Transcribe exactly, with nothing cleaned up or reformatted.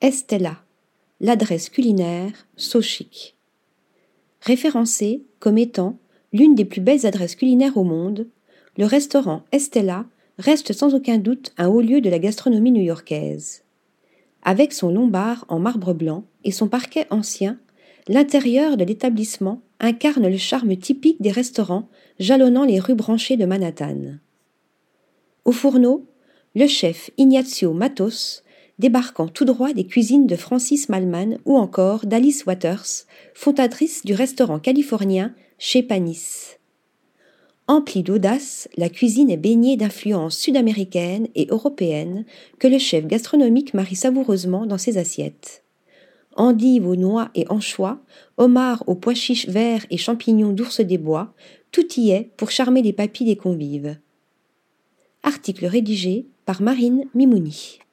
Estella, l'adresse culinaire so chic. Référencé comme étant l'une des plus belles adresses culinaires au monde, le restaurant Estella reste sans aucun doute un haut lieu de la gastronomie new-yorkaise. Avec son lombard en marbre blanc et son parquet ancien, l'intérieur de l'établissement incarne le charme typique des restaurants jalonnant les rues branchées de Manhattan. Au fourneau, le chef Ignazio Matos, débarquant tout droit des cuisines de Francis Mallmann ou encore d'Alice Waters, fondatrice du restaurant californien Chez Panisse. Emplie d'audace, la cuisine est baignée d'influences sud-américaines et européennes que le chef gastronomique marie savoureusement dans ses assiettes. Endives aux noix et anchois, homards aux pois chiches verts et champignons d'ours des bois, tout y est pour charmer les papilles des convives. Article rédigé par Marine Mimouni.